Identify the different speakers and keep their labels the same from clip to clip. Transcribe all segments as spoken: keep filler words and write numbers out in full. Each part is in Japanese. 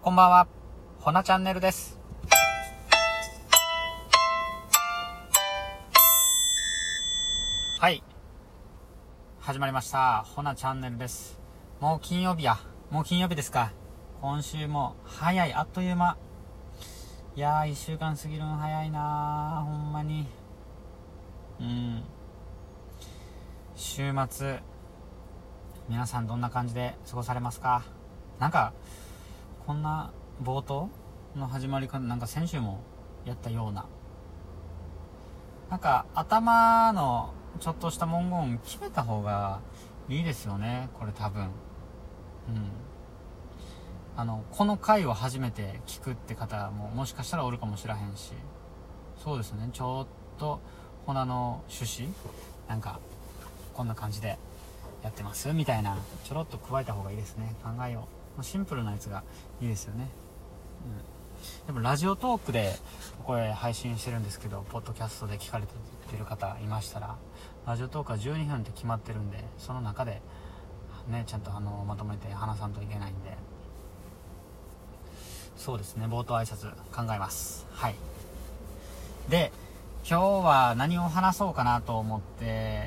Speaker 1: こんばんは、ほなチャンネルです。はい、始まりました。ほなチャンネルです。もう金曜日や。もう金曜日ですか。今週も早い、あっという間。いやー、一週間過ぎるの早いなー、ほんまに。うん。週末、皆さんどんな感じで過ごされますか？なんか、こんな冒頭の始まりか、なんか先週もやったような。なんか頭のちょっとした文言決めた方がいいですよね、これ多分。うん。あの、この回を初めて聞くって方ももしかしたらおるかもしらへんし。そうですね、ちょっと、ほなの趣旨なんか、こんな感じでやってますみたいな、ちょろっと加えた方がいいですね、考えよう。シンプルなやつがいいですよね。うん。でもラジオトークでこれ配信してるんですけど、ポッドキャストで聞かれてる方いましたら、ラジオトークはじゅうにふんって決まってるんで、その中でね、ちゃんとあのまとめて話さんといけないんで、そうですね、冒頭挨拶考えます。はい。で、今日は何を話そうかなと思って、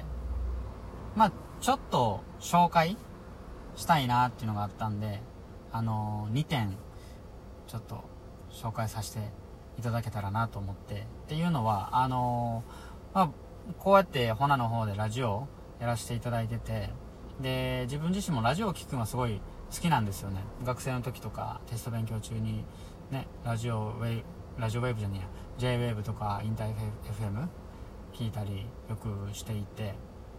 Speaker 1: まあちょっと紹介したいなっていうのがあったんで、あのー、にてんちょっと紹介させていただけたらなと思って。っていうのは、あのー、まあこうやってほなの方でラジオやらせていただいてて、で自分自身もラジオを聞くのがすごい好きなんですよね。学生の時とかテスト勉強中にね、ラジオウェイラジオウェーブじゃねえや ジェイウェーブ とかインター エフエム 聞いたりよくしていて、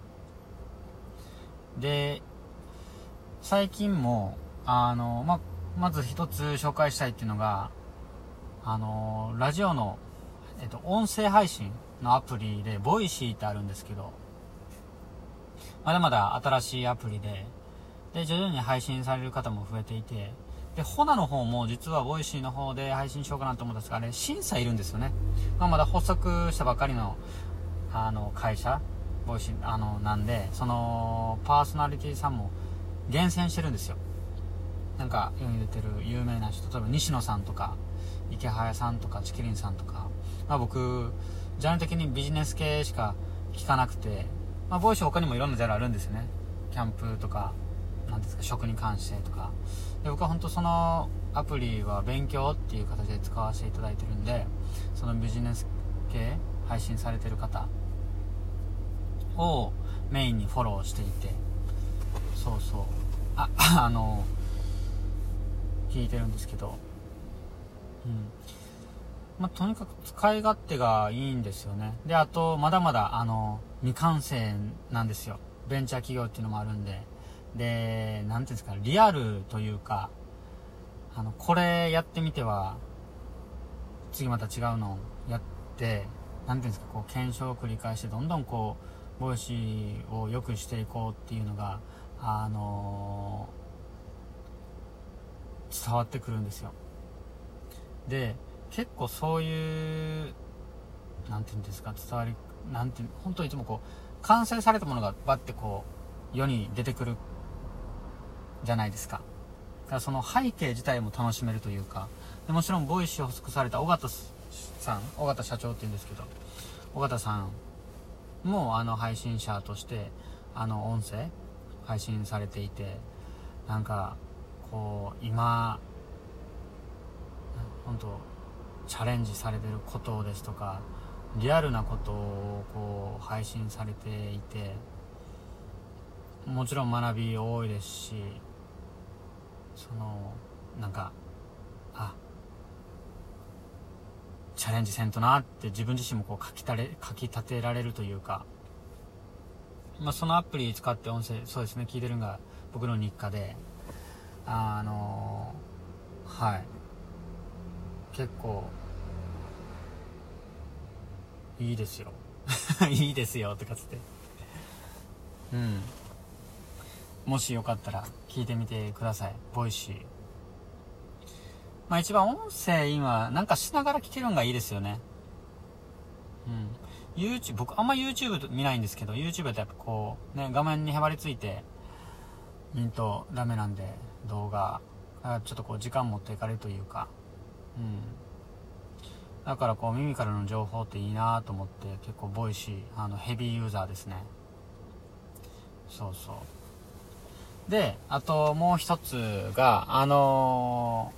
Speaker 1: で最近もあの、ま、まず一つ紹介したいっていうのが、あのラジオの、えっと、音声配信のアプリでボイシーってあるんですけど、まだまだ新しいアプリで、で徐々に配信される方も増えていて、でホナの方も実はボイシーの方で配信しようかなと思ったんですが、あれ審査いるんですよね。まあ、まだ発足したばかりのあの会社ボイシーあのなんで、そのパーソナリティさんも厳選してるんですよ。なんか世に出てる有名な人、例えば西野さんとか池早さんとかチキリンさんとか、まあ、僕ジャンル的にビジネス系しか聞かなくて、まあ、ボイシー他にもいろんなジャンルあるんですよね。キャンプとか、なんですか、食に関してとかで、僕は本当そのアプリは勉強っていう形で使わせていただいてるんで、そのビジネス系配信されてる方をメインにフォローしていて、そうそう、ああの聞いてるんですけど、うん、まあ、とにかく使い勝手がいいんですよね。で、あとまだまだあの未完成なんですよ。ベンチャー企業っていうのもあるんで、で、なんていうんですか、リアルというか、あのこれやってみては次また違うのをやって、なんていうんですか、こう検証を繰り返してどんどんこうボイシーを良くしていこうっていうのが、あのー、伝わってくるんですよ。で、結構そういうなんていうんですか、伝わり、なんていう、本当にいつもこう完成されたものがバッてこう世に出てくるじゃないですか。だからその背景自体も楽しめるというか、でもちろんボイシーを発足された尾形さん、尾形社長っていうんですけど、尾形さんもあの配信者としてあの音声配信されていて、なんかこう今本当チャレンジされてることですとか、リアルなことをこう配信されていて、もちろん学び多いですし、そのなんかあチャレンジせんとなって自分自身もこう書きたれ書き立てられるというか、まあ、そのアプリ使って音声、そうですね、聞いてるのが僕の日課で、あのはい結構いいですよいいですよとかつって、うん、もしよかったら聞いてみてください、ボイシー。まあ一番音声今なんかしながら聞けるのがいいですよね。うん。YouTube、僕あんま YouTube 見ないんですけど、YouTube だとやっぱこうね、画面にへばりついて見んとダメなんで、動画だからちょっとこう時間持っていかれるというか、うんだからこう耳からの情報っていいなと思って、結構ボイシーあのヘビーユーザーですね。そうそうで、あともう一つがあの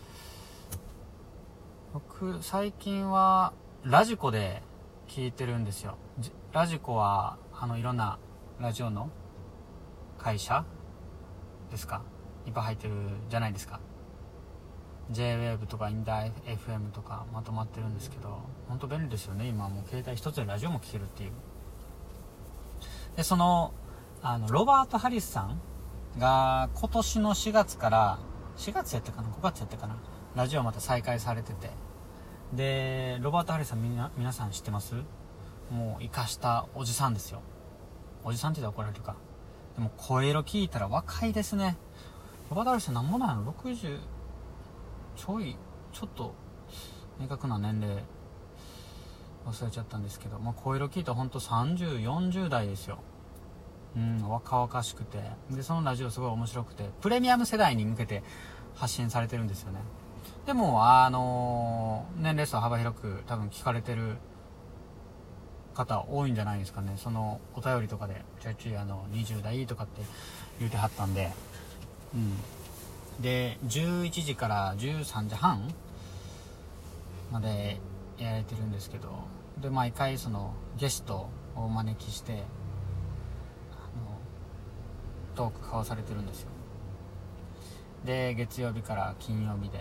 Speaker 1: ー、僕最近はラジコで聞いてるんですよ。ラジコはあのいろんなラジオの会社ですか、いっぱい入ってるじゃないですか。 ジェイウェーブ とかインダー エフエム とかまとまってるんですけど、本当便利ですよね。今もう携帯一つでラジオも聞けるっていう。でそのあのロバート・ハリスさんが今年のしがつからしがつやってかなごがつやってかなラジオまた再開されてて、でロバート・ハリスさんみな皆さん知ってます？もう生かしたおじさんですよ。おじさんって言ったら怒られるか。でも声色聞いたら若いですね。ロバート・ハリスさん何もないのろくじゅうちょいちょっと明確な年齢忘れちゃったんですけど、まあ、声色聞いたらほんとさんじゅう、よんじゅう代ですよ。うん若々しくて、でそのラジオすごい面白くてプレミアム世代に向けて発信されてるんですよね。でもあのー、年齢層幅広く多分聞かれてる方多いんじゃないですかね。そのお便りとかでちょいちょいあのにじゅう代とかって言うてはったんで、うんでじゅういちじからじゅうさんじはんまでやられてるんですけど、で毎回そのゲストをお招きしてあのトーク交わされてるんですよ。で月曜日から金曜日で、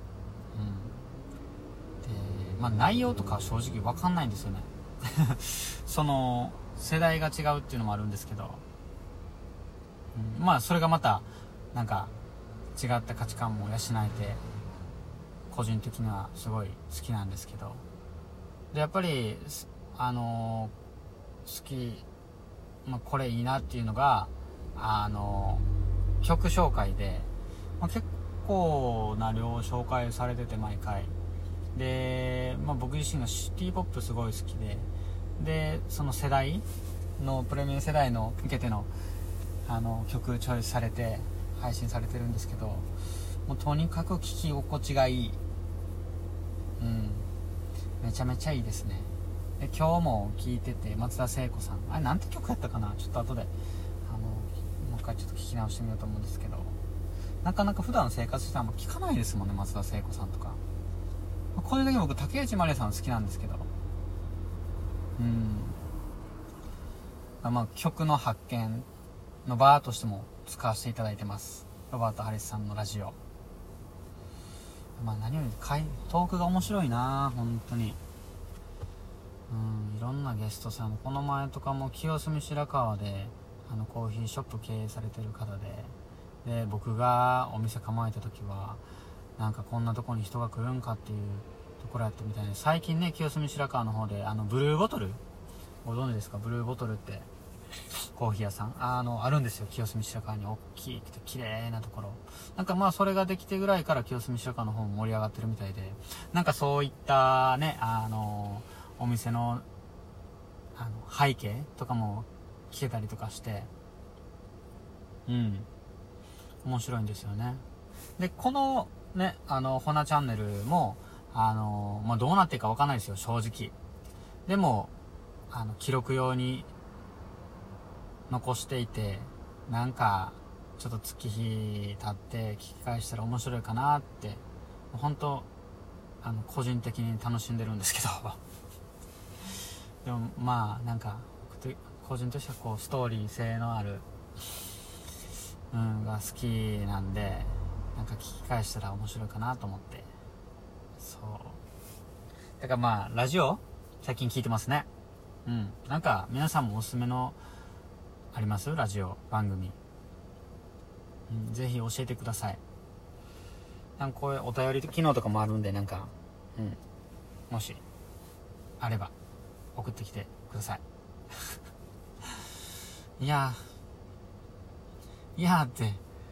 Speaker 1: うんでまあ内容とかは正直分かんないんですよねその世代が違うっていうのもあるんですけど、うん、まあそれがまたなんか違った価値観も養えて個人的にはすごい好きなんですけど、でやっぱりあのー、好き、まあ、これいいなっていうのがあのー、曲紹介で、まあ、結構な量紹介されてて毎回で、まあ、僕自身がシティポップすごい好きで、でその世代のプレミアム世代の向けてのあの曲チョイスされて配信されてるんですけど、もうとにかく聴き心地がいい、うんめちゃめちゃいいですね。で今日も聴いてて松田聖子さん、あれなんて曲やったかな、ちょっと後であのもう一回ちょっと聴き直してみようと思うんですけど、なかなか普段生活しても聴かないですもんね、松田聖子さんとか。これだけ僕竹内まりやさん好きなんですけど、うんまあ曲の発見の場としても使わせていただいてます、ロバート・ハリスさんのラジオ。まあ何よりトークが面白いな本当に。うんいろんなゲストさん、この前とかも清澄白河であのコーヒーショップ経営されてる方で、で僕がお店構えた時はなんかこんなとこに人が来るんかっていうところやったみたいで、最近ね清澄白河の方であのブルーボトルご存知ですか？ブルーボトルってコーヒー屋さん あ, のあるんですよ、清澄白河に大きくて綺麗なところ。なんかまあそれができてぐらいから清澄白河の方も盛り上がってるみたいで、なんかそういったねあのお店のあの背景とかも聞けたりとかして、うん面白いんですよね。でこのねあのほなチャンネルもあの、まあ、どうなっていくか分かんないですよ正直。でもあの記録用に残していて、なんかちょっと月日経って聞き返したら面白いかなって、本当あの個人的に楽しんでるんですけどでもまあなんか個人としてはこうストーリー性のある、うん、が好きなんで、なんか聞き返したら面白いかなと思って、そうだからまあラジオ最近聞いてますね。うんなんか皆さんもおすすめのありますラジオ番組、うん、ぜひ教えてください。なんかこういうお便り機能とかもあるんで、なんか、うん、もしあれば送ってきてくださいいやーいやーって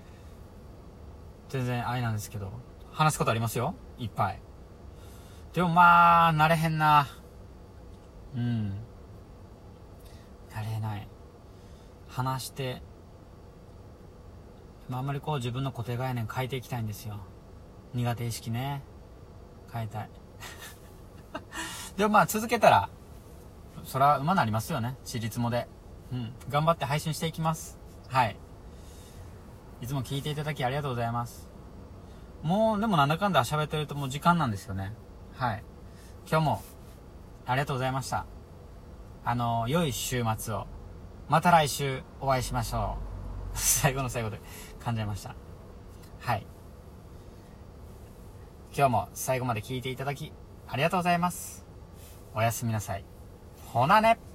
Speaker 1: 全然あれなんですけど、話すことありますよいっぱい。でもまあ慣れへんな。うん慣れない。話してまあ、あんまりこう自分の固定概念変えていきたいんですよ。苦手意識ね、変えたいでもまあ続けたらそら馬なりますよね、ちりつもで。うん、頑張って配信していきます。はい、いつも聞いていただきありがとうございます。もうでもなんだかんだ喋ってるともう時間なんですよね。はい、今日もありがとうございました。あの良い週末を。また来週お会いしましょう最後の最後で噛んじゃいました。はい、今日も最後まで聞いていただきありがとうございます。おやすみなさい。ほなね。